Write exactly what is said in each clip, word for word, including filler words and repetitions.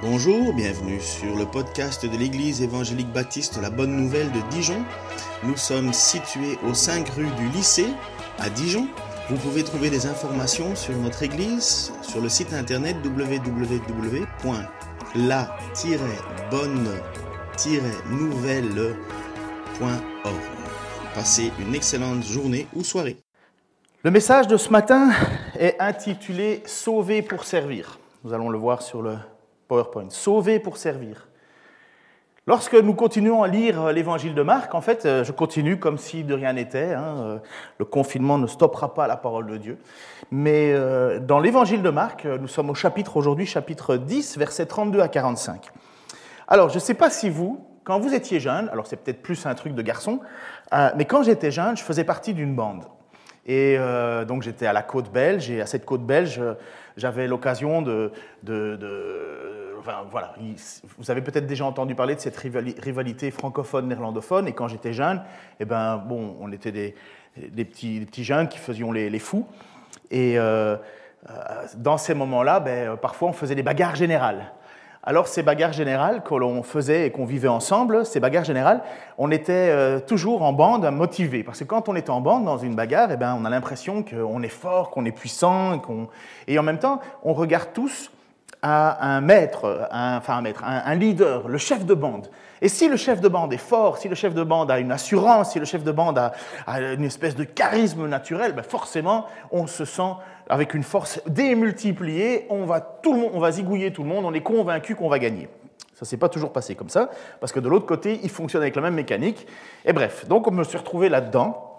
Bonjour, bienvenue sur le podcast de l'Église évangélique baptiste La Bonne Nouvelle de Dijon. Nous sommes situés aux cinq rue du Lycée à Dijon. Vous pouvez trouver des informations sur notre Église sur le site internet w w w point la tiret bonne tiret nouvelle point org. Passez une excellente journée ou soirée. Le message de ce matin est intitulé « Sauvé pour servir ». Nous allons le voir sur le PowerPoint. « Sauvé pour servir ». Lorsque nous continuons à lire l'évangile de Marc, en fait, je continue comme si de rien n'était. Hein. Le confinement ne stoppera pas la parole de Dieu. Mais dans l'évangile de Marc, nous sommes au chapitre aujourd'hui, chapitre dix, versets trente-deux à quarante-cinq. Alors, je ne sais pas si vous, quand vous étiez jeune, alors c'est peut-être plus un truc de garçon, mais quand j'étais jeune, je faisais partie d'une bande. Et euh, donc j'étais à la côte belge, et à cette côte belge, j'avais l'occasion de... de, de enfin, voilà, vous avez peut-être déjà entendu parler de cette rivalité francophone-néerlandophone, et quand j'étais jeune, eh ben, bon, on était des, des, petits, des petits jeunes qui faisions les, les fous, et euh, dans ces moments-là, ben, parfois on faisait des bagarres générales. Alors, ces bagarres générales que l'on faisait et qu'on vivait ensemble, ces bagarres générales, on était euh, toujours en bande motivés. Parce que quand on est en bande dans une bagarre, eh ben, on a l'impression qu'on est fort, qu'on est puissant, qu'on... et en même temps, on regarde tous à un maître, un, enfin un maître, un, un leader, le chef de bande. Et si le chef de bande est fort, si le chef de bande a une assurance, si le chef de bande a, a une espèce de charisme naturel, ben forcément, on se sent avec une force démultipliée, on va, tout le monde, on va zigouiller tout le monde, on est convaincu qu'on va gagner. Ça ne s'est pas toujours passé comme ça, parce que de l'autre côté, il fonctionne avec la même mécanique. Et bref, donc on me suis retrouvé là-dedans.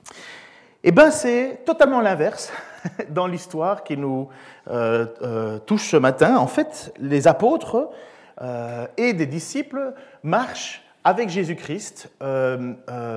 Et bien, c'est totalement l'inverse dans l'histoire qui nous euh, euh, touche ce matin. En fait, les apôtres euh, et des disciples marchent avec Jésus-Christ euh,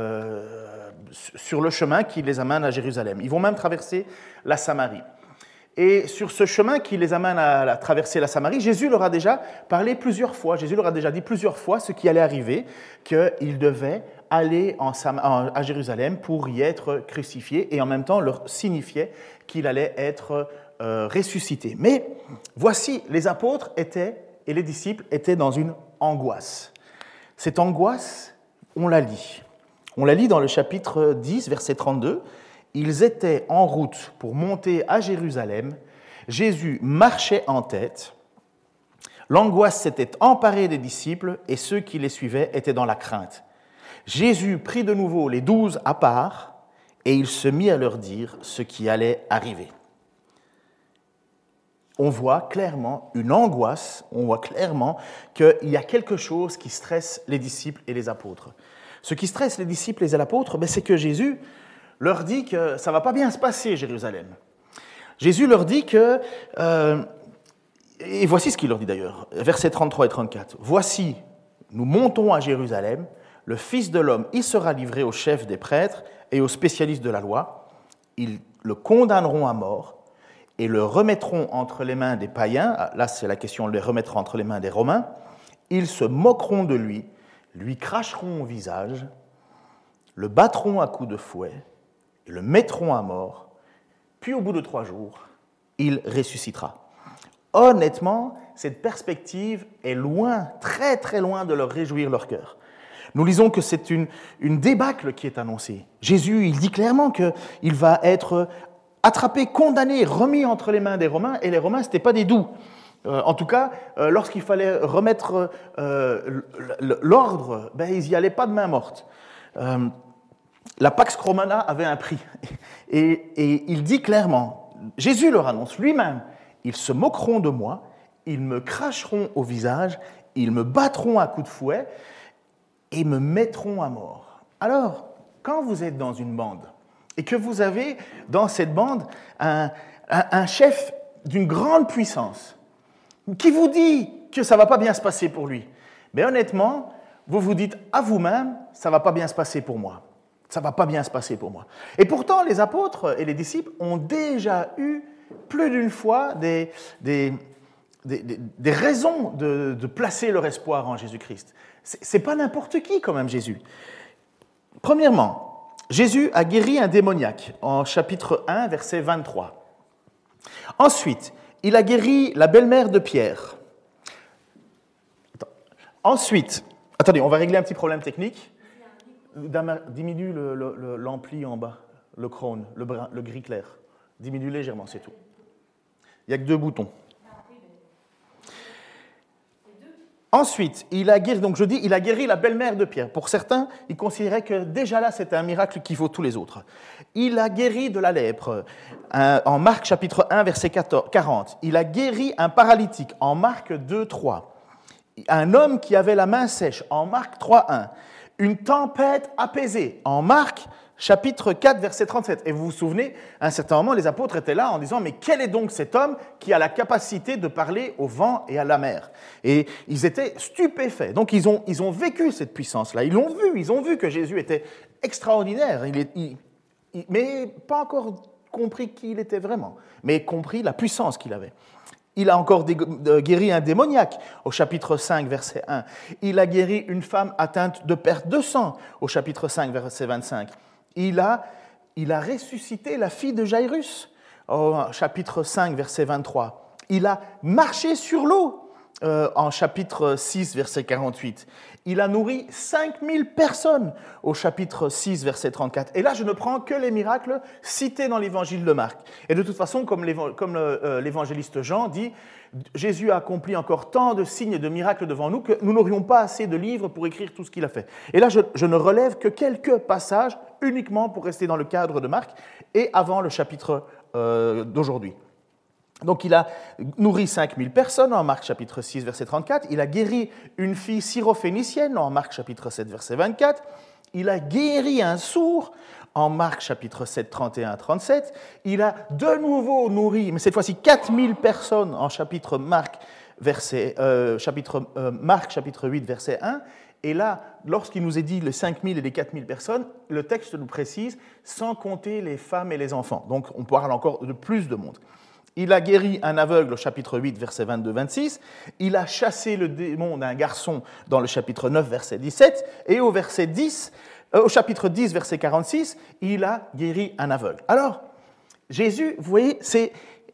euh, sur le chemin qui les amène à Jérusalem. Ils vont même traverser la Samarie. Et sur ce chemin qui les amène à, à traverser la Samarie, Jésus leur a déjà parlé plusieurs fois, Jésus leur a déjà dit plusieurs fois ce qui allait arriver, qu'ils devaient aller en Sam- en, à Jérusalem pour y être crucifiés, et en même temps leur signifiait qu'il allait être euh, ressuscité. Mais voici, les apôtres étaient, et les disciples étaient dans une angoisse. Cette angoisse, on la lit. On la lit dans le chapitre dix, verset trente-deux. Ils étaient en route pour monter à Jérusalem. Jésus marchait en tête. L'angoisse s'était emparée des disciples et ceux qui les suivaient étaient dans la crainte. Jésus prit de nouveau les douze à part et il se mit à leur dire ce qui allait arriver. On voit clairement une angoisse, on voit clairement qu'il y a quelque chose qui stresse les disciples et les apôtres. Ce qui stresse les disciples et les apôtres, ben c'est que Jésus leur dit que ça ne va pas bien se passer, Jérusalem. Jésus leur dit que, euh, et voici ce qu'il leur dit d'ailleurs, versets trente-trois et trente-quatre. « Voici, nous montons à Jérusalem, le Fils de l'homme y sera livré aux chefs des prêtres et aux spécialistes de la loi. Ils le condamneront à mort et le remettront entre les mains des païens. » Là, c'est la question, le remettre entre les mains des Romains. « Ils se moqueront de lui, lui cracheront au visage, le battront à coups de fouet, et le mettront à mort, puis au bout de trois jours, il ressuscitera. » Honnêtement, cette perspective est loin, très très loin de leur réjouir leur cœur. Nous lisons que c'est une, une débâcle qui est annoncée. Jésus, il dit clairement qu'il va être attrapé, condamné, remis entre les mains des Romains, et les Romains, ce n'étaient pas des doux. Euh, en tout cas, euh, lorsqu'il fallait remettre euh, l'ordre, ben, ils n'y allaient pas de main morte. Euh, la Pax Romana avait un prix. Et, et il dit clairement, Jésus leur annonce lui-même, ils se moqueront de moi, ils me cracheront au visage, ils me battront à coups de fouet et me mettront à mort. Alors, quand vous êtes dans une bande et que vous avez dans cette bande un, un, un chef d'une grande puissance qui vous dit que ça ne va pas bien se passer pour lui, mais honnêtement, vous vous dites à vous-même, ça ne va pas bien se passer pour moi. Ça ne va pas bien se passer pour moi. Et pourtant, les apôtres et les disciples ont déjà eu plus d'une fois des, des, des, des, des raisons de, de placer leur espoir en Jésus-Christ. Ce n'est pas n'importe qui quand même, Jésus. Premièrement, Jésus a guéri un démoniaque en chapitre un, verset vingt-trois. Ensuite, il a guéri la belle-mère de Pierre. Ensuite, attendez, on va régler un petit problème technique. Diminue le, le, le, l'ampli en bas, le crône, le, brun, le gris clair. Diminue légèrement, c'est tout. Il n'y a que deux boutons. Ensuite, il a guéri, donc je dis, il a guéri la belle-mère de Pierre. Pour certains, ils considéraient que déjà là, c'était un miracle qui vaut tous les autres. Il a guéri de la lèpre, en Marc chapitre un, verset quarante. Il a guéri un paralytique, en Marc deux, trois. Un homme qui avait la main sèche, en Marc trois, un. Une tempête apaisée, en Marc chapitre quatre, verset trente-sept. Et vous vous souvenez, à un certain moment, les apôtres étaient là en disant « Mais quel est donc cet homme qui a la capacité de parler au vent et à la mer ?» Et ils étaient stupéfaits. Donc, ils ont, ils ont vécu cette puissance-là. Ils l'ont vu. Ils ont vu que Jésus était extraordinaire. Il est, il, il, mais pas encore compris qui il était vraiment, mais compris la puissance qu'il avait. Il a encore guéri un démoniaque au chapitre cinq, verset un. Il a guéri une femme atteinte de perte de sang au chapitre cinq, verset vingt-cinq. Il a, il a ressuscité la fille de Jairus, au chapitre cinq, verset vingt-trois. Il a marché sur l'eau, euh, en chapitre six, verset quarante-huit. Il a nourri cinq mille personnes, au chapitre six, verset trente-quatre. Et là, je ne prends que les miracles cités dans l'évangile de Marc. Et de toute façon, comme, comme euh, l'évangéliste Jean dit, Jésus a accompli encore tant de signes et de miracles devant nous que nous n'aurions pas assez de livres pour écrire tout ce qu'il a fait. Et là, je, je ne relève que quelques passages uniquement pour rester dans le cadre de Marc et avant le chapitre euh, d'aujourd'hui. Donc, il a nourri cinq mille personnes en Marc chapitre six, verset trente-quatre. Il a guéri une fille syrophénicienne en Marc chapitre sept, verset vingt-quatre. Il a guéri un sourd en Marc chapitre sept, trente et un à trente-sept. Il a de nouveau nourri, mais cette fois-ci quatre mille personnes en chapitre Marc, verset, euh, chapitre, euh, Marc chapitre huit, verset un. Et là, lorsqu'il nous est dit les cinq mille et les quatre mille personnes, le texte nous précise, sans compter les femmes et les enfants. Donc, on parle encore de plus de monde. Il a guéri un aveugle au chapitre huit, verset vingt-deux à vingt-six. Il a chassé le démon d'un garçon dans le chapitre neuf, verset dix-sept. Et au, verset dix, euh, au chapitre dix, verset quarante-six, il a guéri un aveugle. Alors, Jésus, vous voyez, c'est,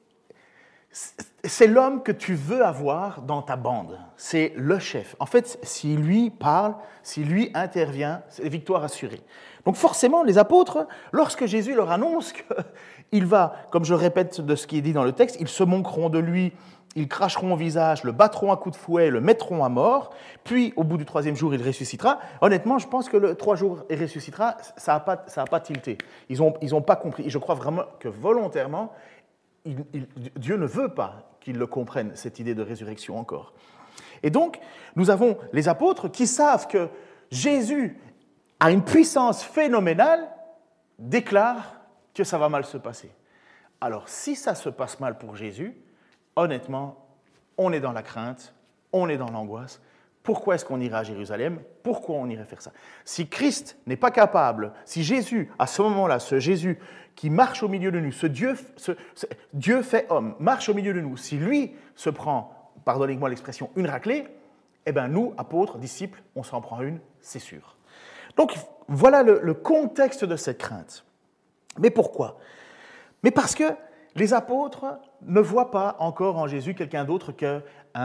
c'est l'homme que tu veux avoir dans ta bande. C'est le chef. En fait, s'il lui parle, s'il lui intervient, c'est victoire assurée. Donc forcément, les apôtres, lorsque Jésus leur annonce qu'il va, comme je répète de ce qui est dit dans le texte, ils se moqueront de lui, ils cracheront au visage, le battront à coups de fouet, le mettront à mort, puis au bout du troisième jour, il ressuscitera. Honnêtement, je pense que le trois jours, il ressuscitera, ça n'a pas, ça n'a pas tilté. Ils n'ont ils ont pas compris. Et je crois vraiment que volontairement, il, il, Dieu ne veut pas qu'ils le comprennent, cette idée de résurrection encore. Et donc, nous avons les apôtres qui savent que Jésus a une puissance phénoménale, déclarent que ça va mal se passer. Alors, si ça se passe mal pour Jésus, honnêtement, on est dans la crainte, on est dans l'angoisse. Pourquoi est-ce qu'on irait à Jérusalem? Pourquoi on irait faire ça? Si Christ n'est pas capable, si Jésus, à ce moment-là, ce Jésus qui marche au milieu de nous, ce Dieu, ce, ce Dieu fait homme, marche au milieu de nous, si lui se prend, pardonnez-moi l'expression, une raclée, eh bien nous, apôtres, disciples, on s'en prend une, c'est sûr. Donc, voilà le, le contexte de cette crainte. Mais pourquoi? Mais parce que les apôtres ne voient pas encore en Jésus quelqu'un d'autre qu'un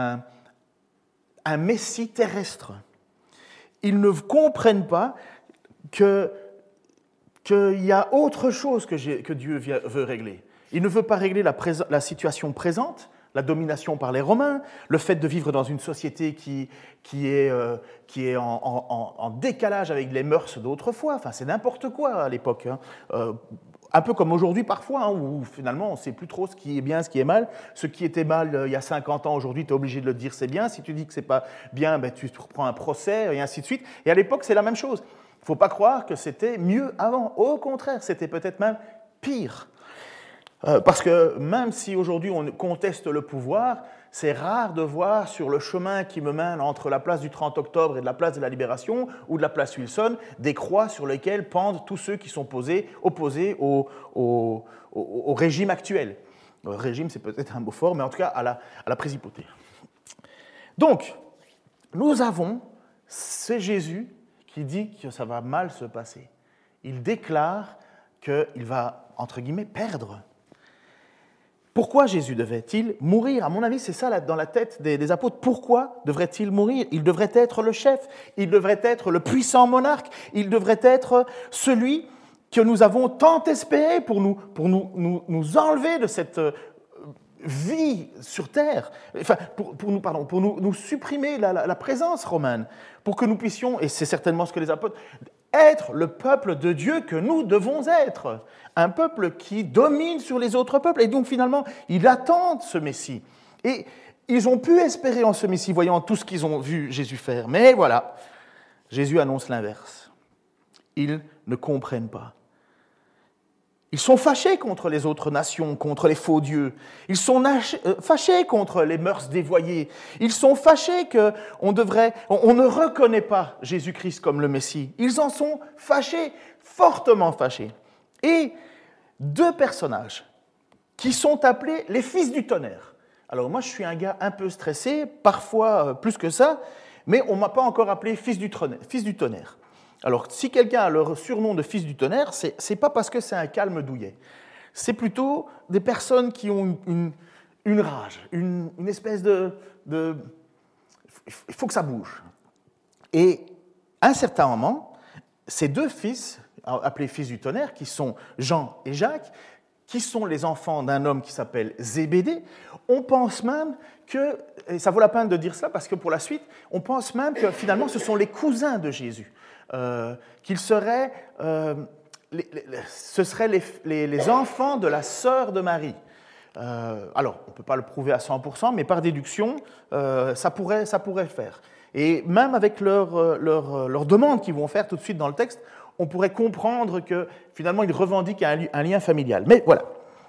un Messie terrestre. Ils ne comprennent pas que, qu'il y a autre chose que, j'ai, que Dieu veut régler. Il ne veut pas régler la, pré- la situation présente, la domination par les Romains, le fait de vivre dans une société qui, qui est, euh, qui est en, en, en décalage avec les mœurs d'autrefois. Enfin, c'est n'importe quoi à l'époque. Hein. Euh, un peu comme aujourd'hui parfois, hein, où finalement on ne sait plus trop ce qui est bien, ce qui est mal. Ce qui était mal euh, il y a cinquante ans, aujourd'hui, tu es obligé de le dire, c'est bien. Si tu dis que ce n'est pas bien, ben, tu te reprends un procès, et ainsi de suite. Et à l'époque, c'est la même chose. Il ne faut pas croire que c'était mieux avant. Au contraire, c'était peut-être même pire. Euh, parce que même si aujourd'hui on conteste le pouvoir, c'est rare de voir sur le chemin qui me mène entre la place du trente octobre et de la place de la Libération ou de la place Wilson, des croix sur lesquelles pendent tous ceux qui sont posés, opposés au, au, au, au régime actuel. Le régime, c'est peut-être un mot fort, mais en tout cas à la, à la principauté. Donc, nous avons ce Jésus qui dit que ça va mal se passer. Il déclare qu'il va, entre guillemets, perdre. Pourquoi Jésus devait-il mourir? À mon avis, c'est ça là, dans la tête des, des apôtres. Pourquoi devrait-il mourir? Il devrait être le chef, il devrait être le puissant monarque, il devrait être celui que nous avons tant espéré pour nous, pour nous, nous, nous enlever de cette vie sur terre, enfin, pour, pour, nous, pardon, pour nous, nous supprimer la, la, la présence romaine, pour que nous puissions, et c'est certainement ce que les apôtres, être le peuple de Dieu que nous devons être, un peuple qui domine sur les autres peuples, et donc finalement, ils attendent ce Messie. Et ils ont pu espérer en ce Messie, voyant tout ce qu'ils ont vu Jésus faire. Mais voilà, Jésus annonce l'inverse. Ils ne comprennent pas. Ils sont fâchés contre les autres nations, contre les faux dieux. Ils sont fâchés contre les mœurs dévoyées. Ils sont fâchés qu'on devrait, on ne reconnaît pas Jésus-Christ comme le Messie. Ils en sont fâchés, fortement fâchés. Et deux personnages qui sont appelés les fils du tonnerre. Alors moi, je suis un gars un peu stressé, parfois plus que ça, mais on ne m'a pas encore appelé fils du tonnerre. Alors, si quelqu'un a le surnom de fils du tonnerre, ce n'est pas parce que c'est un calme douillet. C'est plutôt des personnes qui ont une, une rage, une, une espèce de, de... Il faut que ça bouge. Et à un certain moment, ces deux fils, appelés fils du tonnerre, qui sont Jean et Jacques, qui sont les enfants d'un homme qui s'appelle Zébédée, on pense même que, et ça vaut la peine de dire ça parce que pour la suite, on pense même que finalement ce sont les cousins de Jésus. Euh, qu'ils seraient, euh, les, les, ce seraient les, les, les enfants de la sœur de Marie. Euh, alors, on ne peut pas le prouver à cent pour cent, mais par déduction, euh, ça, pourrait, ça pourrait le faire. Et même avec leur, leur, leur demande qu'ils vont faire tout de suite dans le texte, on pourrait comprendre que finalement, ils revendiquent un, un lien familial. Mais voilà.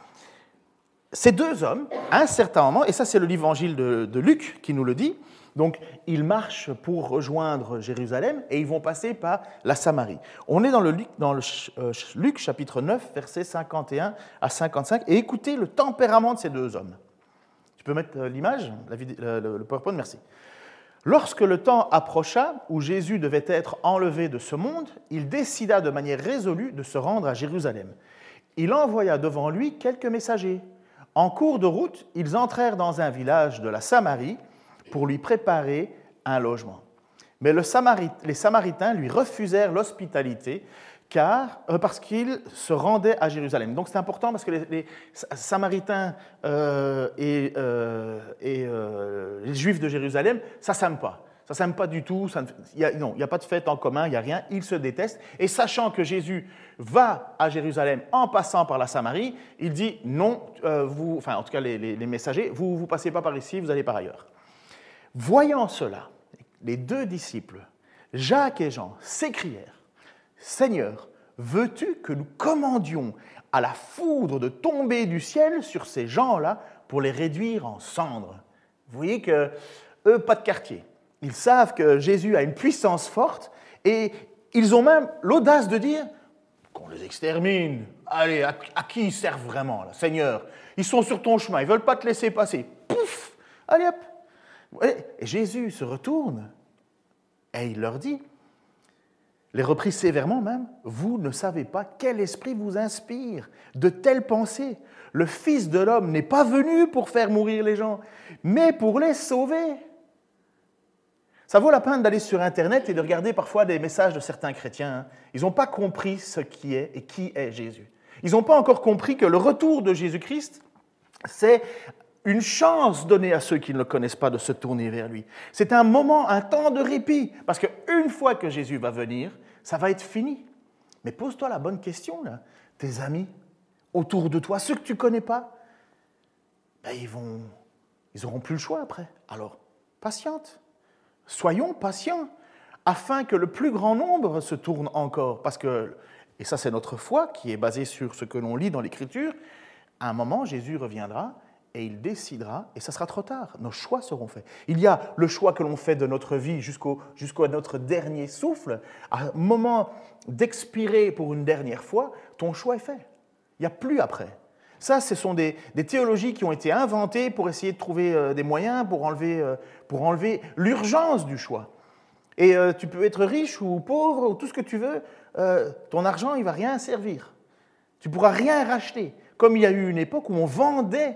Ces deux hommes, à un certain moment, et ça c'est l'évangile de, de Luc qui nous le dit, donc, ils marchent pour rejoindre Jérusalem et ils vont passer par la Samarie. On est dans le Luc, dans le euh, Luc chapitre neuf, versets cinquante et un à cinquante-cinq, et écoutez le tempérament de ces deux hommes. Tu peux mettre l'image, la vidéo, le, le PowerPoint, merci. Lorsque le temps approcha où Jésus devait être enlevé de ce monde, il décida de manière résolue de se rendre à Jérusalem. Il envoya devant lui quelques messagers. En cours de route, ils entrèrent dans un village de la Samarie pour lui préparer un logement. Mais le Samarit, les Samaritains lui refusèrent l'hospitalité car, euh, parce qu'ils se rendaient à Jérusalem. Donc c'est important parce que les, les Samaritains euh, et, euh, et euh, les Juifs de Jérusalem, ça ne s'aime pas. Ça ne s'aime pas du tout. Ça ne, y a, non, il n'y a pas de fête en commun, il n'y a rien. Ils se détestent. Et sachant que Jésus va à Jérusalem en passant par la Samarie, il dit non, euh, vous, enfin en tout cas les, les, les messagers, vous ne passez pas par ici, vous allez par ailleurs. Voyant cela, les deux disciples, Jacques et Jean, s'écrièrent « Seigneur, veux-tu que nous commandions à la foudre de tomber du ciel sur ces gens-là pour les réduire en cendres ?» Vous voyez que eux, pas de quartier. Ils savent que Jésus a une puissance forte et ils ont même l'audace de dire qu'on les extermine. Allez, à, à qui ils servent vraiment, là, Seigneur? Ils sont sur ton chemin, ils ne veulent pas te laisser passer. Pouf! Allez hop! Et Jésus se retourne et il leur dit, les reprit sévèrement même, « Vous ne savez pas quel esprit vous inspire de telles pensées. Le Fils de l'homme n'est pas venu pour faire mourir les gens, mais pour les sauver. » Ça vaut la peine d'aller sur Internet et de regarder parfois des messages de certains chrétiens. Ils n'ont pas compris ce qui est et qui est Jésus. Ils n'ont pas encore compris que le retour de Jésus-Christ, c'est une chance donnée à ceux qui ne le connaissent pas de se tourner vers lui. C'est un moment, un temps de répit, parce qu'une fois que Jésus va venir, ça va être fini. Mais pose-toi la bonne question, là. Tes amis, autour de toi, ceux que tu ne connais pas, ben ils vont, ils n'auront plus le choix après. Alors, patiente. Soyons patients, afin que le plus grand nombre se tourne encore. Parce que, et ça c'est notre foi, qui est basée sur ce que l'on lit dans l'Écriture, à un moment, Jésus reviendra, et il décidera, et ça sera trop tard, nos choix seront faits. Il y a le choix que l'on fait de notre vie jusqu'au, jusqu'à notre dernier souffle. À un moment d'expirer pour une dernière fois, ton choix est fait. Il n'y a plus après. Ça, ce sont des, des théologies qui ont été inventées pour essayer de trouver euh, des moyens pour enlever, euh, pour enlever l'urgence du choix. Et euh, tu peux être riche ou pauvre ou tout ce que tu veux, euh, ton argent, il ne va rien servir. Tu ne pourras rien racheter. Comme il y a eu une époque où on vendait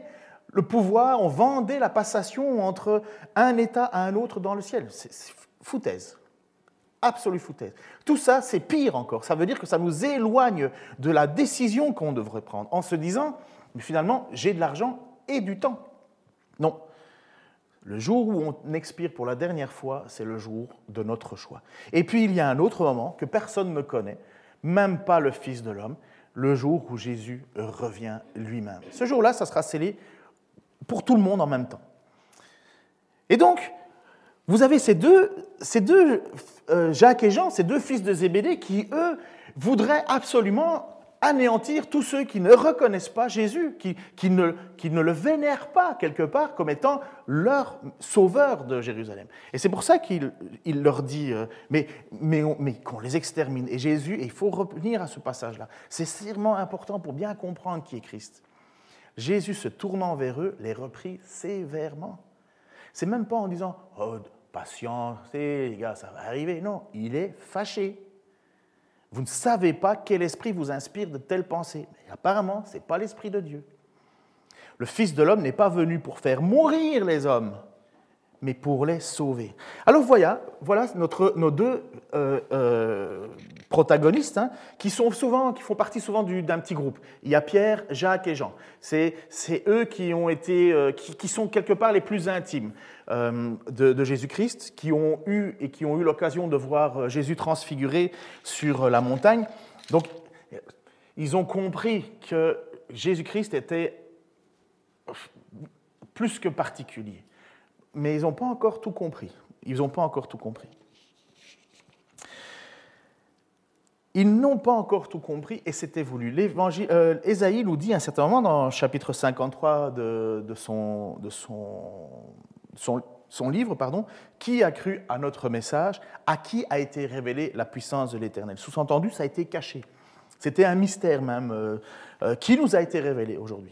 le pouvoir, on vendait la passation entre un État à un autre dans le ciel. C'est, c'est foutaise, absolue foutaise. Tout ça, c'est pire encore. Ça veut dire que ça nous éloigne de la décision qu'on devrait prendre en se disant, mais finalement, j'ai de l'argent et du temps. Non. Le jour où on expire pour la dernière fois, c'est le jour de notre choix. Et puis, il y a un autre moment que personne ne connaît, même pas le Fils de l'homme, le jour où Jésus revient lui-même. Ce jour-là, ça sera scellé pour tout le monde en même temps. Et donc, vous avez ces deux, ces deux euh, Jacques et Jean, ces deux fils de Zébédée, qui, eux, voudraient absolument anéantir tous ceux qui ne reconnaissent pas Jésus, qui, qui, ne, qui ne le vénèrent pas quelque part comme étant leur sauveur de Jérusalem. Et c'est pour ça qu'il il leur dit, euh, mais, mais, on, mais qu'on les extermine. Et Jésus, et il faut revenir à ce passage-là, c'est vraiment important pour bien comprendre qui est Christ. Jésus, se tournant vers eux, les reprit sévèrement. C'est même pas en disant « Oh, patience, les gars, ça va arriver ». Non, il est fâché. Vous ne savez pas quel esprit vous inspire de telles pensées. Mais apparemment, ce n'est pas l'esprit de Dieu. Le Fils de l'homme n'est pas venu pour faire mourir les hommes, mais pour les sauver. Alors voilà, voilà notre, nos deux euh, euh, protagonistes hein, qui, sont souvent, qui font partie souvent du, d'un petit groupe. Il y a Pierre, Jacques et Jean. C'est, c'est eux qui, ont été, euh, qui, qui sont quelque part les plus intimes euh, de, de Jésus-Christ, qui ont eu et qui ont eu l'occasion de voir Jésus transfiguré sur la montagne. Donc, ils ont compris que Jésus-Christ était plus que particulier. Mais ils n'ont pas encore tout compris. Ils n'ont pas encore tout compris. Ils n'ont pas encore tout compris et c'était voulu. L'évangile, euh, Ésaïe nous dit à un certain moment dans le chapitre cinquante-trois de, de, son, de son, son, son livre, pardon, qui a cru à notre message, à qui a été révélée la puissance de l'Éternel. Sous-entendu, ça a été caché. C'était un mystère même euh, euh, qui nous a été révélé aujourd'hui.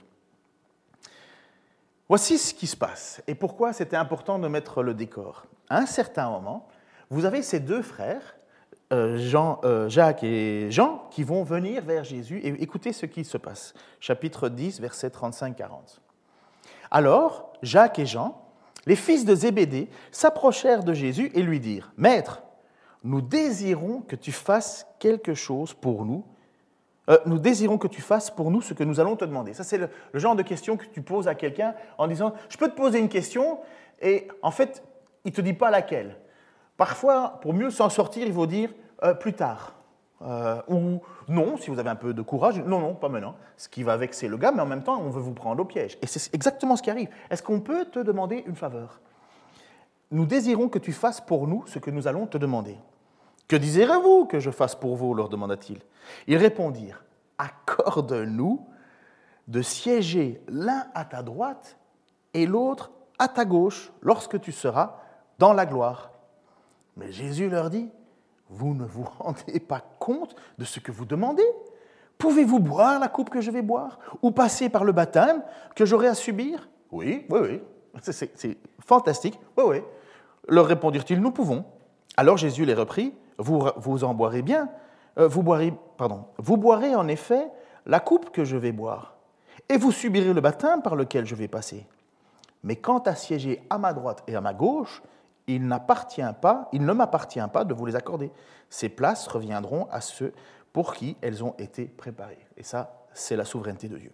Voici ce qui se passe et pourquoi c'était important de mettre le décor. À un certain moment, vous avez ces deux frères, euh, Jean, euh, Jacques et Jean, qui vont venir vers Jésus et écoutez ce qui se passe. Chapitre dix, versets trente-cinq à quarante. Alors, Jacques et Jean, les fils de Zébédée, s'approchèrent de Jésus et lui dirent « Maître, nous désirons que tu fasses quelque chose pour nous. Euh, nous désirons que tu fasses pour nous ce que nous allons te demander. » Ça, c'est le, le genre de question que tu poses à quelqu'un en disant « Je peux te poser une question » et en fait, il ne te dit pas laquelle. Parfois, pour mieux s'en sortir, il faut dire euh, « plus tard euh, » ou « non » si vous avez un peu de courage. « Non, non, pas maintenant ». Ce qui va vexer le gars, mais en même temps, on veut vous prendre au piège. Et c'est exactement ce qui arrive. Est-ce qu'on peut te demander une faveur ? Nous désirons que tu fasses pour nous ce que nous allons te demander. « Que désirez-vous que je fasse pour vous » leur demanda-t-il. Ils répondirent « Accorde-nous de siéger l'un à ta droite et l'autre à ta gauche lorsque tu seras dans la gloire. » Mais Jésus leur dit « Vous ne vous rendez pas compte de ce que vous demandez ? Pouvez-vous boire la coupe que je vais boire ou passer par le baptême que j'aurai à subir ? » « Oui, oui, oui, c'est, c'est, c'est fantastique, oui, oui. » Leur répondirent-ils « Nous pouvons. » Alors Jésus les reprit « Vous, vous en boirez bien, euh, vous, boirez, pardon, vous boirez en effet la coupe que je vais boire, et vous subirez le baptême par lequel je vais passer. Mais quant à siéger à ma droite et à ma gauche, il n'appartient pas, il ne m'appartient pas de vous les accorder. Ces places reviendront à ceux pour qui elles ont été préparées. » Et ça, c'est la souveraineté de Dieu.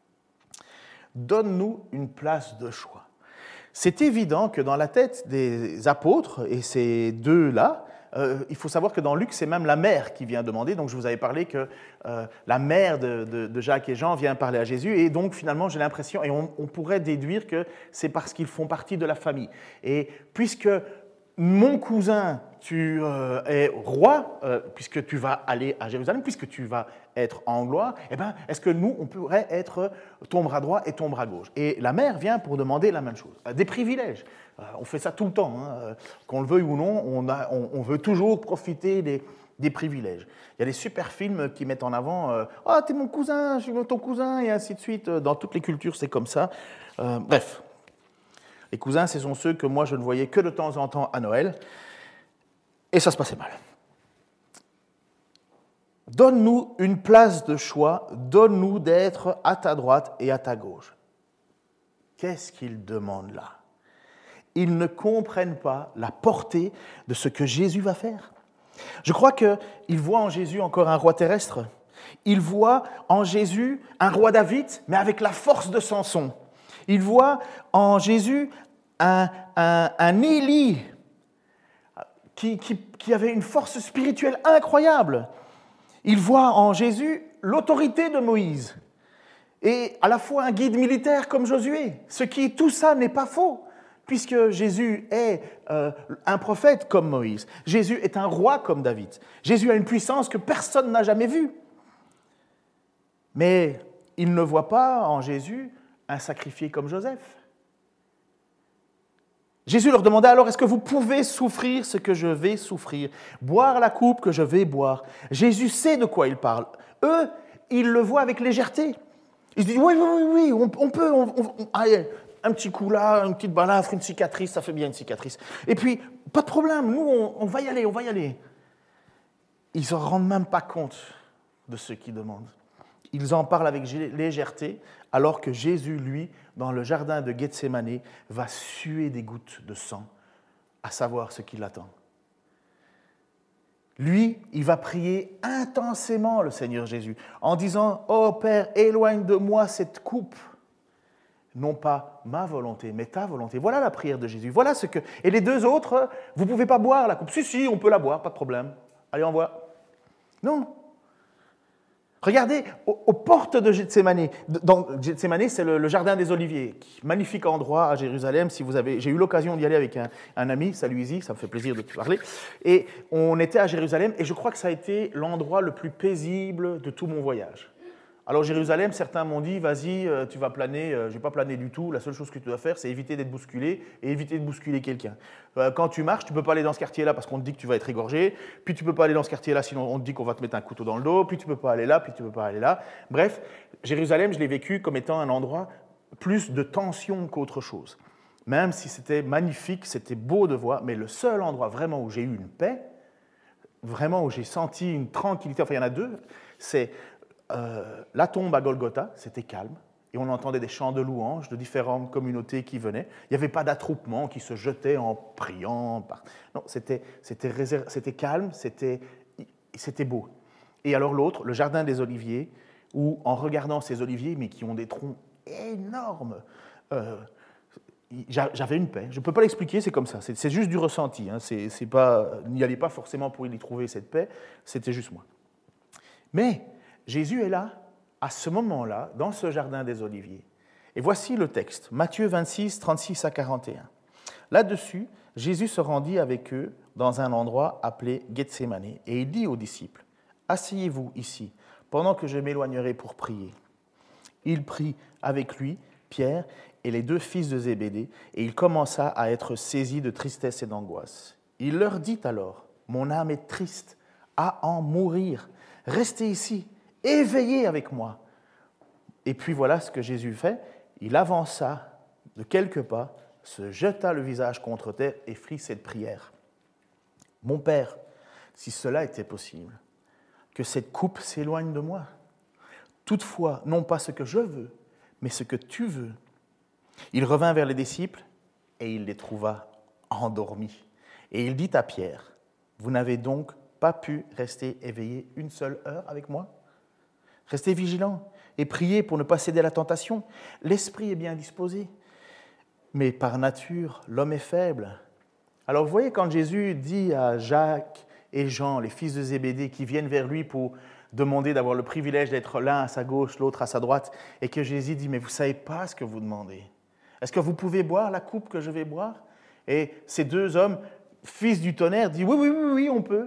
Donne-nous une place de choix. C'est évident que dans la tête des apôtres, et ces deux-là, euh, il faut savoir que dans Luc, c'est même la mère qui vient demander. Donc je vous avais parlé que euh, la mère de, de, de Jacques et Jean vient parler à Jésus. Et donc finalement, j'ai l'impression, et on, on pourrait déduire que c'est parce qu'ils font partie de la famille. Et puisque mon cousin, tu euh, es roi, euh, puisque tu vas aller à Jérusalem, puisque tu vas être en gloire, eh ben, est-ce que nous, on pourrait être ton bras droit et ton bras gauche ? Et la mère vient pour demander la même chose, des privilèges. Euh, on fait ça tout le temps, hein. Qu'on le veuille ou non, on, a, on, on veut toujours profiter des, des privilèges. Il y a des super films qui mettent en avant euh, « Ah, t'es mon cousin, je suis ton cousin » et ainsi de suite. Dans toutes les cultures, c'est comme ça. Euh, bref. Les cousins, ce sont ceux que moi, je ne voyais que de temps en temps à Noël. Et ça se passait mal. Donne-nous une place de choix, donne-nous d'être à ta droite et à ta gauche. Qu'est-ce qu'ils demandent là? Ils ne comprennent pas la portée de ce que Jésus va faire. Je crois qu'ils voient en Jésus encore un roi terrestre. Ils voient en Jésus un roi David, mais avec la force de Samson. Ils voient en Jésus un, un, un Élie qui, qui, qui avait une force spirituelle incroyable. Ils voient en Jésus l'autorité de Moïse et à la fois un guide militaire comme Josué. Ce qui, tout ça n'est pas faux, puisque Jésus est euh, un prophète comme Moïse. Jésus est un roi comme David. Jésus a une puissance que personne n'a jamais vue. Mais ils ne voient pas en Jésus un sacrifié comme Joseph. Jésus leur demandait alors, est-ce que vous pouvez souffrir ce que je vais souffrir, boire la coupe que je vais boire? Jésus sait de quoi il parle. Eux, ils le voient avec légèreté. Ils se disent, oui, oui, oui, oui on, on peut, on, on, allez, un petit coup là, une petite balafre, une cicatrice, ça fait bien une cicatrice. Et puis, pas de problème, nous, on, on va y aller, on va y aller. Ils ne se rendent même pas compte de ce qu'ils demandent. Ils en parlent avec légèreté, alors que Jésus, lui, dans le jardin de Gethsémani, va suer des gouttes de sang, à savoir ce qui l'attend. Lui, il va prier intensément le Seigneur Jésus, en disant « Oh Père, éloigne de moi cette coupe, non pas ma volonté, mais ta volonté. » Voilà la prière de Jésus. Voilà ce que... Et les deux autres, vous ne pouvez pas boire la coupe. Si, si, on peut la boire, pas de problème. Allez, on voit. Non. Regardez, aux, aux portes de Gethsémani. Dans Gethsémani, c'est le, le jardin des Oliviers, magnifique endroit à Jérusalem. Si vous avez, j'ai eu l'occasion d'y aller avec un, un ami, salut Izzy, ça me fait plaisir de te parler. Et on était à Jérusalem, et je crois que ça a été l'endroit le plus paisible de tout mon voyage. Alors Jérusalem, certains m'ont dit, vas-y, tu vas planer. Je ne vais pas planer du tout. La seule chose que tu dois faire, c'est éviter d'être bousculé et éviter de bousculer quelqu'un. Quand tu marches, tu ne peux pas aller dans ce quartier-là parce qu'on te dit que tu vas être égorgé. Puis tu ne peux pas aller dans ce quartier-là, sinon on te dit qu'on va te mettre un couteau dans le dos. Puis tu ne peux pas aller là, puis tu ne peux pas aller là. Bref, Jérusalem, je l'ai vécu comme étant un endroit plus de tension qu'autre chose. Même si c'était magnifique, c'était beau de voir, mais le seul endroit vraiment où j'ai eu une paix, vraiment où j'ai senti une tranquillité, enfin il y en a deux, c'est... Euh, la tombe à Golgotha, c'était calme, et on entendait des chants de louanges de différentes communautés qui venaient. Il n'y avait pas d'attroupement qui se jetait en priant. Par... Non, c'était, c'était, réserv... c'était calme, c'était, c'était beau. Et alors l'autre, le jardin des Oliviers, où en regardant ces oliviers, mais qui ont des troncs énormes, euh, j'avais une paix. Je ne peux pas l'expliquer, c'est comme ça. C'est, c'est juste du ressenti. Hein. C'est, c'est pas, n'y allez pas forcément pour y trouver cette paix, c'était juste moi. Mais Jésus est là, à ce moment-là, dans ce jardin des Oliviers. Et voici le texte, Matthieu vingt-six, trente-six à quarante et un. Là-dessus, Jésus se rendit avec eux dans un endroit appelé Gethsémani, et il dit aux disciples, « Asseyez-vous ici, pendant que je m'éloignerai pour prier. » Il prit avec lui Pierre et les deux fils de Zébédée, et il commença à être saisi de tristesse et d'angoisse. Il leur dit alors, « Mon âme est triste, à en mourir. Restez ici. Éveillez avec moi. » Et puis voilà ce que Jésus fait. Il avança de quelques pas, se jeta le visage contre terre et fit cette prière. « Mon Père, si cela était possible, que cette coupe s'éloigne de moi. Toutefois, non pas ce que je veux, mais ce que tu veux. » Il revint vers les disciples et il les trouva endormis. Et il dit à Pierre, « Vous n'avez donc pas pu rester éveillé une seule heure avec moi ? Restez vigilants et priez pour ne pas céder à la tentation. L'esprit est bien disposé, mais par nature, l'homme est faible. » Alors vous voyez, quand Jésus dit à Jacques et Jean, les fils de Zébédée, qui viennent vers lui pour demander d'avoir le privilège d'être l'un à sa gauche, l'autre à sa droite, et que Jésus dit, « Mais vous ne savez pas ce que vous demandez. Est-ce que vous pouvez boire la coupe que je vais boire ?» Et ces deux hommes, fils du tonnerre, disent, « Oui, oui, oui, oui, on peut. »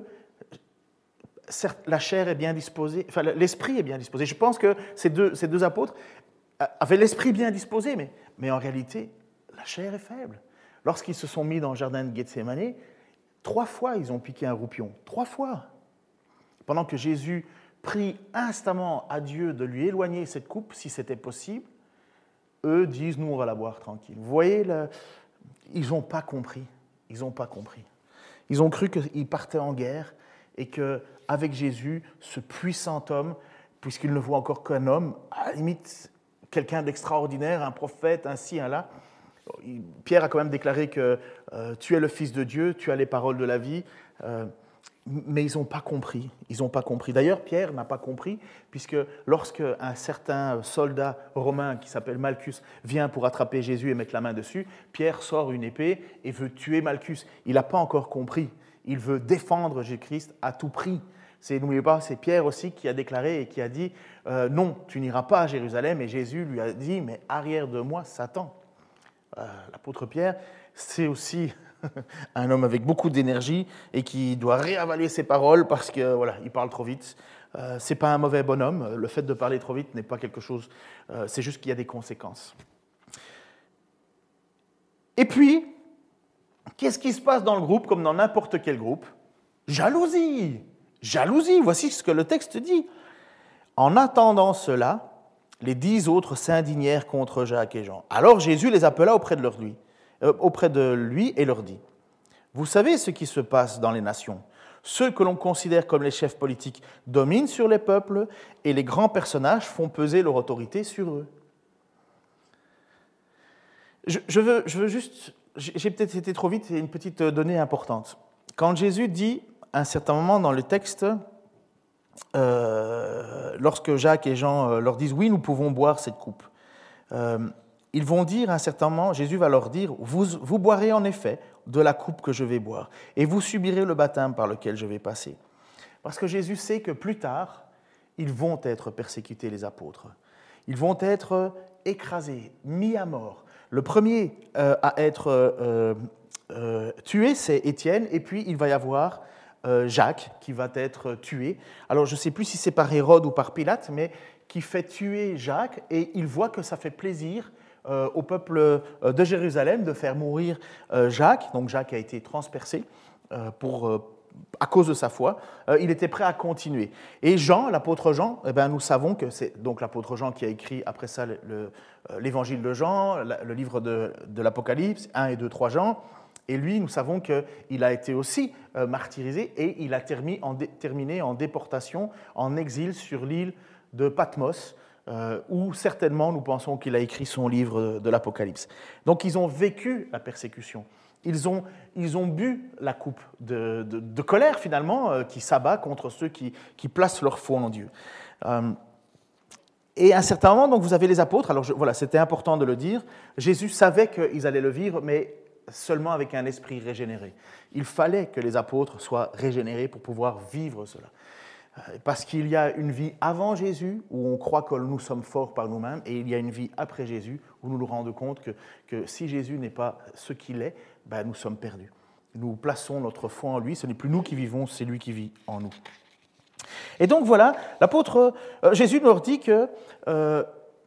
Certes, la chair est bien disposée, enfin l'esprit est bien disposé. Je pense que ces deux, ces deux apôtres avaient l'esprit bien disposé, mais, mais en réalité, la chair est faible. Lorsqu'ils se sont mis dans le jardin de Gethsémani, trois fois ils ont piqué un roupion, trois fois. Pendant que Jésus prie instamment à Dieu de lui éloigner cette coupe, si c'était possible, eux disent, nous on va la boire tranquille. Vous voyez, le, ils n'ont pas compris, ils n'ont pas compris. Ils ont cru qu'ils partaient en guerre, et qu'avec Jésus, ce puissant homme, puisqu'il ne voit encore qu'un homme, à la limite, quelqu'un d'extraordinaire, un prophète, un ci, un là. Pierre a quand même déclaré que euh, tu es le Fils de Dieu, tu as les paroles de la vie, euh, mais ils n'ont pas compris. Ils n'ont pas compris. D'ailleurs, Pierre n'a pas compris, puisque lorsque un certain soldat romain qui s'appelle Malchus vient pour attraper Jésus et mettre la main dessus, Pierre sort une épée et veut tuer Malchus. Il n'a pas encore compris. Il veut défendre Jésus-Christ à tout prix. C'est, n'oubliez pas, c'est Pierre aussi qui a déclaré et qui a dit euh, « Non, tu n'iras pas à Jérusalem ». Et Jésus lui a dit « Mais arrière de moi, Satan ». Euh, l'apôtre Pierre, c'est aussi un homme avec beaucoup d'énergie et qui doit réavaler ses paroles parce que voilà, il parle trop vite. Euh, c'est pas un mauvais bonhomme. Le fait de parler trop vite n'est pas quelque chose. Euh, c'est juste qu'il y a des conséquences. Et puis, qu'est-ce qui se passe dans le groupe, comme dans n'importe quel groupe ? Jalousie, jalousie. Voici ce que le texte dit. En attendant cela, les dix autres s'indignèrent contre Jacques et Jean. Alors Jésus les appela auprès de lui, euh, auprès de lui et leur dit : Vous savez ce qui se passe dans les nations. Ceux que l'on considère comme les chefs politiques dominent sur les peuples et les grands personnages font peser leur autorité sur eux. Je, je, veux, je veux juste... J'ai peut-être été trop vite, c'est une petite donnée importante. Quand Jésus dit, à un certain moment dans le texte, euh, lorsque Jacques et Jean leur disent « Oui, nous pouvons boire cette coupe euh, », ils vont dire à un certain moment, Jésus va leur dire « vous, vous boirez en effet de la coupe que je vais boire, et vous subirez le baptême par lequel je vais passer. » Parce que Jésus sait que plus tard, ils vont être persécutés, les apôtres. Ils vont être écrasés, mis à mort. Le premier euh, à être euh, euh, tué, c'est Étienne, et puis il va y avoir euh, Jacques qui va être tué. Alors je ne sais plus si c'est par Hérode ou par Pilate, mais qui fait tuer Jacques, et il voit que ça fait plaisir euh, au peuple euh, de Jérusalem de faire mourir euh, Jacques. Donc Jacques a été transpercé euh, pour... Euh, à cause de sa foi, euh, il était prêt à continuer. Et Jean, l'apôtre Jean, eh bien, nous savons que c'est donc l'apôtre Jean qui a écrit après ça le, le, euh, l'évangile de Jean, la, le livre de, de l'Apocalypse, un et deux, trois Jean, et lui, nous savons qu'il a été aussi euh, martyrisé et il a terminé en, dé, terminé en déportation, en exil sur l'île de Patmos, euh, où certainement nous pensons qu'il a écrit son livre de l'Apocalypse. Donc ils ont vécu la persécution. Ils ont, ils ont bu la coupe de, de, de colère, finalement, euh, qui s'abat contre ceux qui, qui placent leur foi en Dieu. Euh, et à un certain moment, donc, vous avez les apôtres. Alors, je, voilà, c'était important de le dire. Jésus savait qu'ils allaient le vivre, mais seulement avec un esprit régénéré. Il fallait que les apôtres soient régénérés pour pouvoir vivre cela. Euh, parce qu'il y a une vie avant Jésus, où on croit que nous sommes forts par nous-mêmes, et il y a une vie après Jésus, où nous nous rendons compte que, que si Jésus n'est pas ce qu'il est, ben, nous sommes perdus. Nous plaçons notre foi en lui, ce n'est plus nous qui vivons, c'est lui qui vit en nous. Et donc voilà, l'apôtre euh, Jésus leur dit que euh,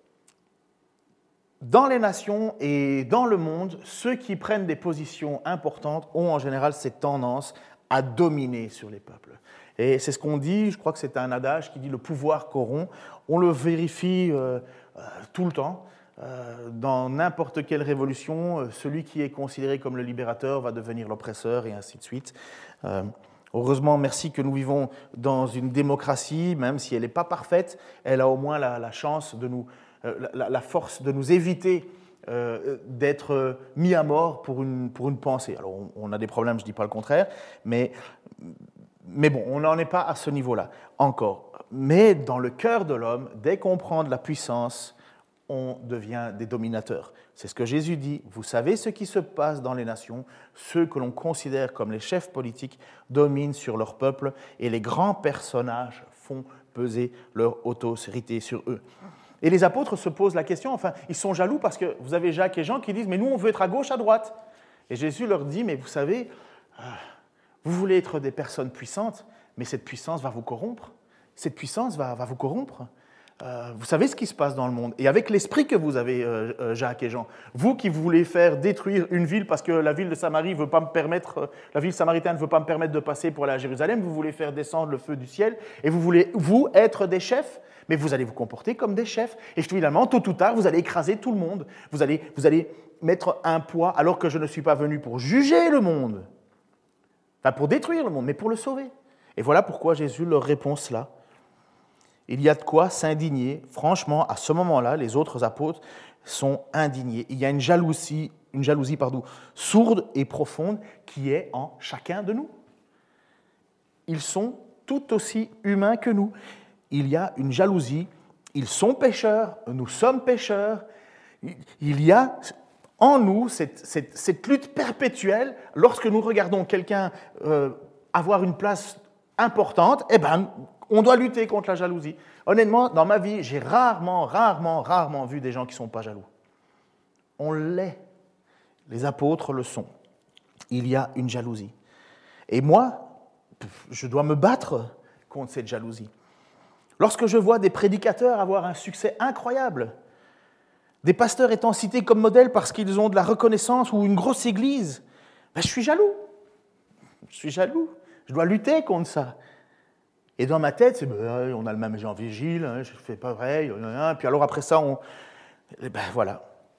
dans les nations et dans le monde, ceux qui prennent des positions importantes ont en général cette tendance à dominer sur les peuples. Et c'est ce qu'on dit, je crois que c'est un adage qui dit « le pouvoir corrompt ». On le vérifie euh, euh, tout le temps. Euh, dans n'importe quelle révolution, euh, celui qui est considéré comme le libérateur va devenir l'oppresseur et ainsi de suite. Euh, heureusement, merci que nous vivons dans une démocratie, même si elle n'est pas parfaite, elle a au moins la, la chance de nous, euh, la, la force de nous éviter euh, d'être mis à mort pour une, pour une pensée. Alors, on, on a des problèmes, je ne dis pas le contraire, mais, mais bon, on n'en est pas à ce niveau-là encore. Mais dans le cœur de l'homme, dès qu'on prend de la puissance, on devient des dominateurs. C'est ce que Jésus dit. Vous savez ce qui se passe dans les nations. Ceux que l'on considère comme les chefs politiques dominent sur leur peuple et les grands personnages font peser leur autorité sur eux. Et les apôtres se posent la question, enfin, ils sont jaloux parce que vous avez Jacques et Jean qui disent « mais nous, on veut être à gauche, à droite ». Et Jésus leur dit « mais vous savez, vous voulez être des personnes puissantes, mais cette puissance va vous corrompre. Cette puissance va, va vous corrompre. » Euh, vous savez ce qui se passe dans le monde. Et avec l'esprit que vous avez, euh, euh, Jacques et Jean, vous qui voulez faire détruire une ville parce que la ville de Samarie veut pas me permettre, euh, la ville samaritaine ne veut pas me permettre de passer pour aller à Jérusalem, vous voulez faire descendre le feu du ciel et vous voulez, vous, être des chefs, mais vous allez vous comporter comme des chefs. Et finalement, tôt ou tard, vous allez écraser tout le monde. Vous allez, vous allez mettre un poids alors que je ne suis pas venu pour juger le monde, enfin pour détruire le monde, mais pour le sauver. Et voilà pourquoi Jésus leur répond cela. Il y a de quoi s'indigner. Franchement, à ce moment-là, les autres apôtres sont indignés. Il y a une jalousie, une jalousie pardon, sourde et profonde qui est en chacun de nous. Ils sont tout aussi humains que nous. Il y a une jalousie. Ils sont pécheurs, nous sommes pécheurs. Il y a en nous cette, cette, cette lutte perpétuelle. Lorsque nous regardons quelqu'un euh, avoir une place importante, eh ben, on doit lutter contre la jalousie. Honnêtement, dans ma vie, j'ai rarement, rarement, rarement vu des gens qui ne sont pas jaloux. On l'est. Les apôtres le sont. Il y a une jalousie. Et moi, je dois me battre contre cette jalousie. Lorsque je vois des prédicateurs avoir un succès incroyable, des pasteurs étant cités comme modèles parce qu'ils ont de la reconnaissance ou une grosse église, ben je suis jaloux. Je suis jaloux. Je dois lutter contre ça. Et dans ma tête, c'est ben, on a le même Jean Vigile, hein, je fais pas pareil, hein, puis alors après ça, on. Et ben voilà.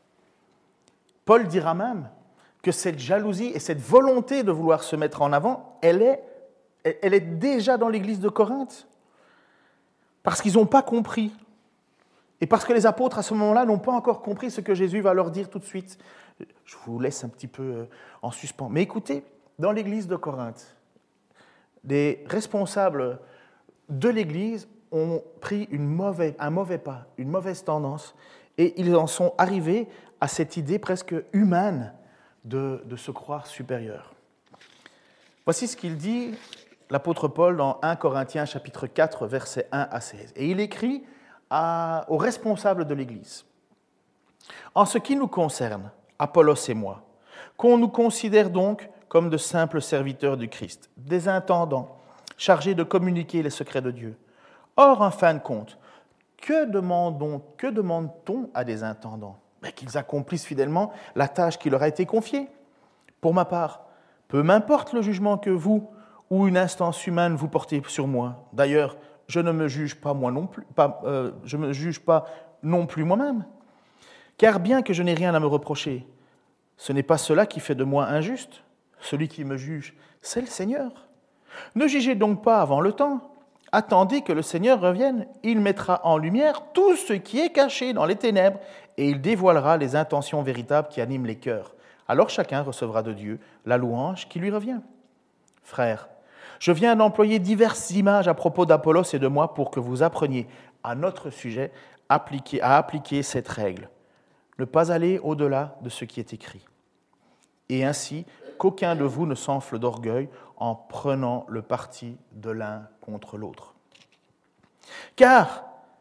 Paul dira même que cette jalousie et cette volonté de vouloir se mettre en avant, elle est, elle est déjà dans l'église de Corinthe. Parce qu'ils n'ont pas compris. Et parce que les apôtres, à ce moment-là, n'ont pas encore compris ce que Jésus va leur dire tout de suite. Je vous laisse un petit peu en suspens. Mais écoutez, dans l'église de Corinthe, des responsables de l'église ont pris une mauvaise, un mauvais pas, une mauvaise tendance, et ils en sont arrivés à cette idée presque humaine de, de se croire supérieur. Voici ce qu'il dit, l'apôtre Paul, dans premier Corinthiens chapitre quatre, versets un à seize. Et il écrit à, aux responsables de l'Église. « En ce qui nous concerne, Apollos et moi, qu'on nous considère donc comme de simples serviteurs du Christ, des intendants, chargés de communiquer les secrets de Dieu. Or, en fin de compte, que demandons, que demande-t-on à des intendants ? Ben, qu'ils accomplissent fidèlement la tâche qui leur a été confiée. Pour ma part, peu m'importe le jugement que vous ou une instance humaine vous portez sur moi. D'ailleurs, je ne me juge pas moi non plus, pas, euh, je me juge pas non plus moi-même. Car bien que je n'ai rien à me reprocher, ce n'est pas cela qui fait de moi injuste. Celui qui me juge, c'est le Seigneur. Ne jugez donc pas avant le temps. Attendez que le Seigneur revienne. Il mettra en lumière tout ce qui est caché dans les ténèbres et il dévoilera les intentions véritables qui animent les cœurs. Alors chacun recevra de Dieu la louange qui lui revient. Frères, je viens d'employer diverses images à propos d'Apollos et de moi pour que vous appreniez à notre sujet appliquer, à appliquer cette règle. Ne pas aller au-delà de ce qui est écrit. Et ainsi, qu'aucun de vous ne s'enfle d'orgueil en prenant le parti de l'un contre l'autre. Car,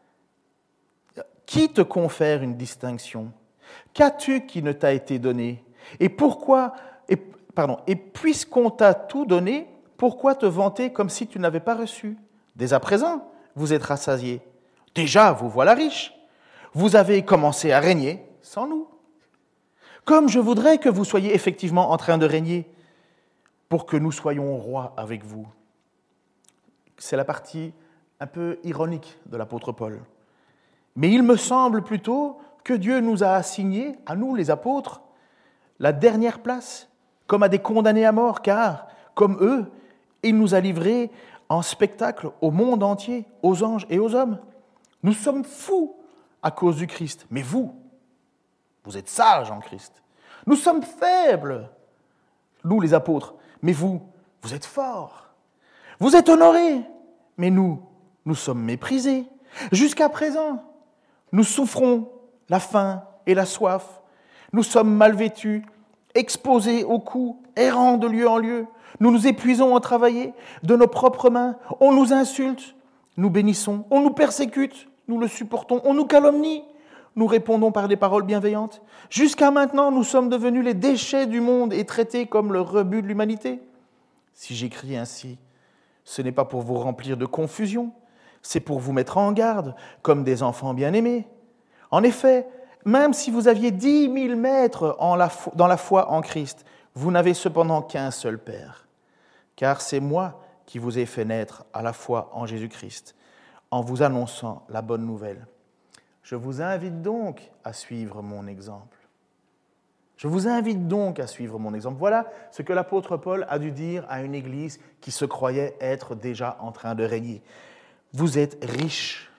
qui te confère une distinction ? Qu'as-tu qui ne t'a été donné ? Et pourquoi, et, pardon, et puisqu'on t'a tout donné, pourquoi te vanter comme si tu n'avais pas reçu ? Dès à présent, vous êtes rassasiés. Déjà, vous voilà riches. Vous avez commencé à régner sans nous. Comme je voudrais que vous soyez effectivement en train de régner pour que nous soyons rois avec vous. C'est la partie un peu ironique de l'apôtre Paul. Mais il me semble plutôt que Dieu nous a assigné, à nous les apôtres, la dernière place, comme à des condamnés à mort, car, comme eux, il nous a livrés en spectacle au monde entier, aux anges et aux hommes. Nous sommes fous à cause du Christ, mais vous, vous êtes sages en Christ. Nous sommes faibles, nous les apôtres, mais vous, vous êtes forts. Vous êtes honorés, mais nous, nous sommes méprisés. Jusqu'à présent, nous souffrons la faim et la soif. Nous sommes mal vêtus, exposés aux coups, errants de lieu en lieu. Nous nous épuisons à travailler de nos propres mains. On nous insulte, nous bénissons. On nous persécute, nous le supportons. On nous calomnie, nous répondons par des paroles bienveillantes. Jusqu'à maintenant, nous sommes devenus les déchets du monde et traités comme le rebut de l'humanité. Si j'écris ainsi, ce n'est pas pour vous remplir de confusion, c'est pour vous mettre en garde, comme des enfants bien-aimés. En effet, même si vous aviez dix mille maîtres en la foi, dans la foi en Christ, vous n'avez cependant qu'un seul Père. Car c'est moi qui vous ai fait naître à la foi en Jésus-Christ, en vous annonçant la bonne nouvelle. Je vous invite donc à suivre mon exemple. Je vous invite donc à suivre mon exemple. Voilà ce que l'apôtre Paul a dû dire à une église qui se croyait être déjà en train de régner. Vous êtes riches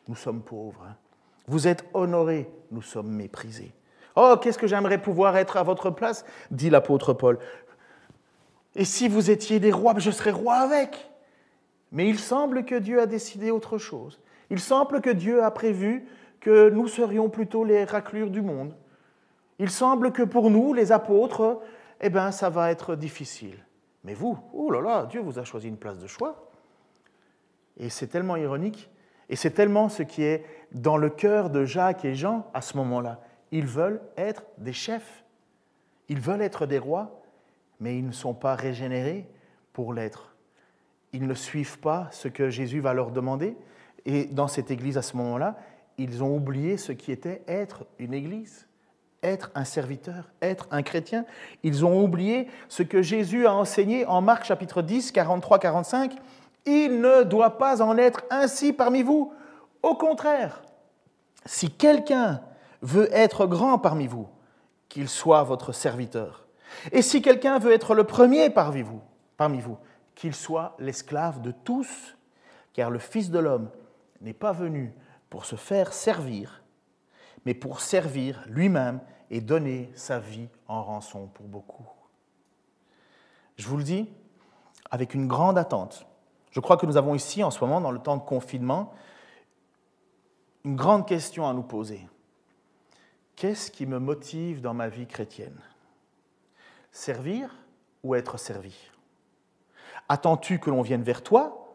nous sommes pauvres. Hein. Vous êtes honorés, nous sommes méprisés. Oh, qu'est-ce que j'aimerais pouvoir être à votre place, dit l'apôtre Paul. Et si vous étiez des rois, je serais roi avec. Mais il semble que Dieu a décidé autre chose. Il semble que Dieu a prévu que nous serions plutôt les raclures du monde. Il semble que pour nous, les apôtres, eh bien, ça va être difficile. Mais vous, oh là là, Dieu vous a choisi une place de choix. Et c'est tellement ironique, et c'est tellement ce qui est dans le cœur de Jacques et Jean à ce moment-là. Ils veulent être des chefs, ils veulent être des rois, mais ils ne sont pas régénérés pour l'être. Ils ne suivent pas ce que Jésus va leur demander. Et dans cette église, à ce moment-là, ils ont oublié ce qui était être une église, être un serviteur, être un chrétien. Ils ont oublié ce que Jésus a enseigné en Marc chapitre dix, quarante-trois quarante-cinq. Il ne doit pas en être ainsi parmi vous. Au contraire, si quelqu'un veut être grand parmi vous, qu'il soit votre serviteur. Et si quelqu'un veut être le premier parmi vous, parmi vous, qu'il soit l'esclave de tous, car le Fils de l'homme n'est pas venu pour se faire servir, mais pour servir lui-même et donner sa vie en rançon pour beaucoup. Je vous le dis avec une grande attente. Je crois que nous avons ici, en ce moment, dans le temps de confinement, une grande question à nous poser. Qu'est-ce qui me motive dans ma vie chrétienne ? Servir ou être servi ? Attends-tu que l'on vienne vers toi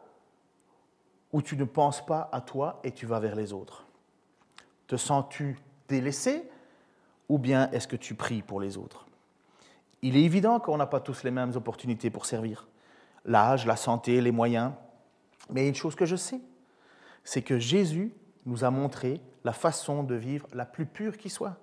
ou tu ne penses pas à toi et tu vas vers les autres ? Te sens-tu délaissé ou bien est-ce que tu pries pour les autres ? Il est évident qu'on n'a pas tous les mêmes opportunités pour servir. L'âge, la santé, les moyens. Mais une chose que je sais, c'est que Jésus nous a montré la façon de vivre la plus pure qui soit,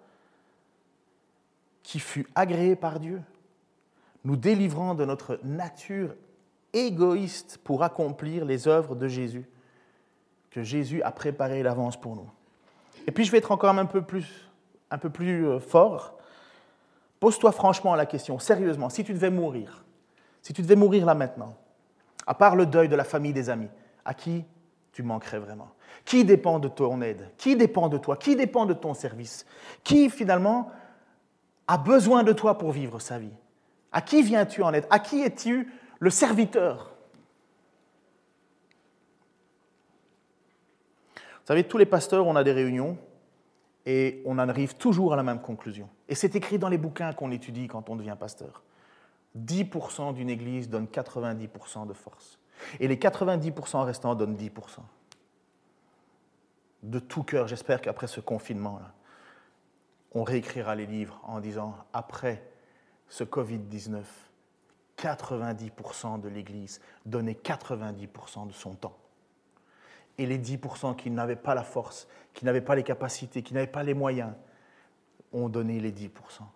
qui fut agréée par Dieu, nous délivrant de notre nature égoïste pour accomplir les œuvres de Jésus, que Jésus a préparées d'avance pour nous. Et puis je vais être encore un peu plus, un peu plus fort. Pose-toi franchement la question, sérieusement, si tu devais mourir, si tu devais mourir là maintenant, à part le deuil de la famille, des amis, à qui tu manquerais vraiment ? Qui dépend de ton aide ? Qui dépend de toi ? Qui dépend de ton service ? Qui finalement a besoin de toi pour vivre sa vie ? À qui viens-tu en aide ? À qui es-tu le serviteur ? Vous savez, tous les pasteurs, on a des réunions et on en arrive toujours à la même conclusion. Et c'est écrit dans les bouquins qu'on étudie quand on devient pasteur. dix pour cent d'une église donne quatre-vingt-dix pour cent de force. Et les quatre-vingt-dix pour cent restants donnent dix pour cent. De tout cœur, j'espère qu'après ce confinement-là, on réécrira les livres en disant, après ce covid dix-neuf, quatre-vingt-dix pour cent de l'Église donnait quatre-vingt-dix pour cent de son temps. Et les dix pour cent qui n'avaient pas la force, qui n'avaient pas les capacités, qui n'avaient pas les moyens, ont donné les dix pour cent.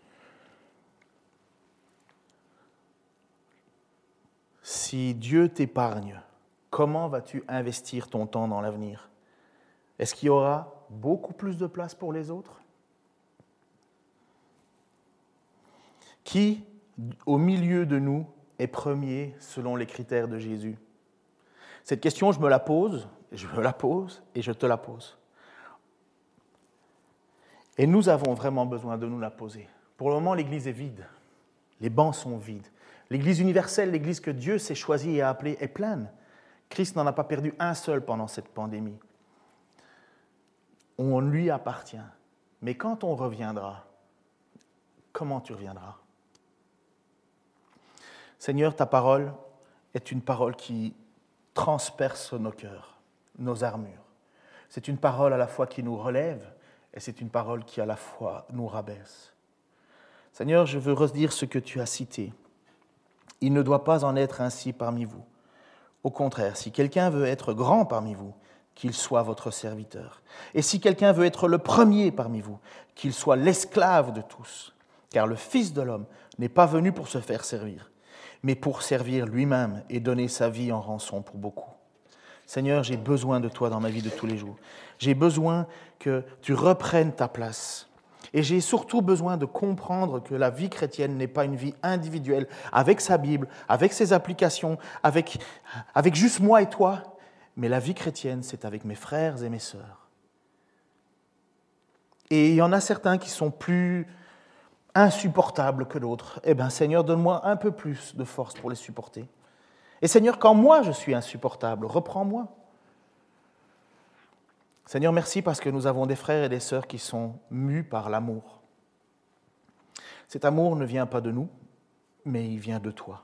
Si Dieu t'épargne, comment vas-tu investir ton temps dans l'avenir ? Est-ce qu'il y aura beaucoup plus de place pour les autres ? Qui, au milieu de nous, est premier selon les critères de Jésus ? Cette question, je me la pose, je me la pose et je te la pose. Et nous avons vraiment besoin de nous la poser. Pour le moment, l'Église est vide. Les bancs sont vides. L'Église universelle, l'Église que Dieu s'est choisie et a appelée, est pleine. Christ n'en a pas perdu un seul pendant cette pandémie. On lui appartient. Mais quand on reviendra, comment tu reviendras ? Seigneur, ta parole est une parole qui transperce nos cœurs, nos armures. C'est une parole à la fois qui nous relève et c'est une parole qui à la fois nous rabaisse. Seigneur, je veux redire ce que tu as cité. Il ne doit pas en être ainsi parmi vous. Au contraire, si quelqu'un veut être grand parmi vous, qu'il soit votre serviteur. Et si quelqu'un veut être le premier parmi vous, qu'il soit l'esclave de tous. Car le Fils de l'homme n'est pas venu pour se faire servir, mais pour servir lui-même et donner sa vie en rançon pour beaucoup. Seigneur, j'ai besoin de toi dans ma vie de tous les jours. J'ai besoin que tu reprennes ta place. Et j'ai surtout besoin de comprendre que la vie chrétienne n'est pas une vie individuelle, avec sa Bible, avec ses applications, avec, avec juste moi et toi, mais la vie chrétienne, c'est avec mes frères et mes sœurs. Et il y en a certains qui sont plus insupportables que d'autres. Eh bien, Seigneur, donne-moi un peu plus de force pour les supporter. Et Seigneur, quand moi je suis insupportable, reprends-moi. Seigneur, merci parce que nous avons des frères et des sœurs qui sont mus par l'amour. Cet amour ne vient pas de nous, mais il vient de toi.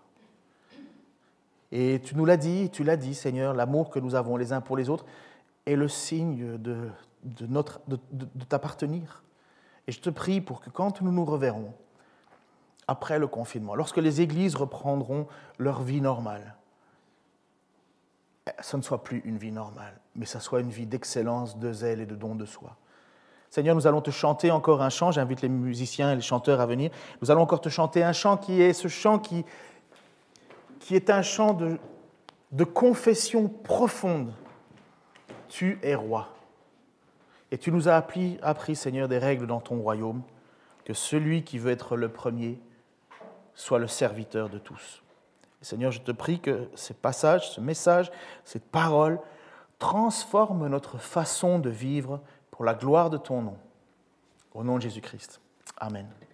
Et tu nous l'as dit, tu l'as dit, Seigneur, l'amour que nous avons les uns pour les autres est le signe de, de, notre, de, de, de t'appartenir. Et je te prie pour que quand nous nous reverrons, après le confinement, lorsque les églises reprendront leur vie normale, ce ne soit plus une vie normale, mais ça soit une vie d'excellence, de zèle et de don de soi. Seigneur, nous allons te chanter encore un chant, j'invite les musiciens et les chanteurs à venir, nous allons encore te chanter un chant qui est ce chant qui, qui est un chant de, de confession profonde. Tu es roi. Et tu nous as appris, appris, Seigneur, des règles dans ton royaume, que celui qui veut être le premier soit le serviteur de tous. Et Seigneur, je te prie que ces passages, ce message, cette parole transforment notre façon de vivre pour la gloire de ton nom. Au nom de Jésus-Christ. Amen.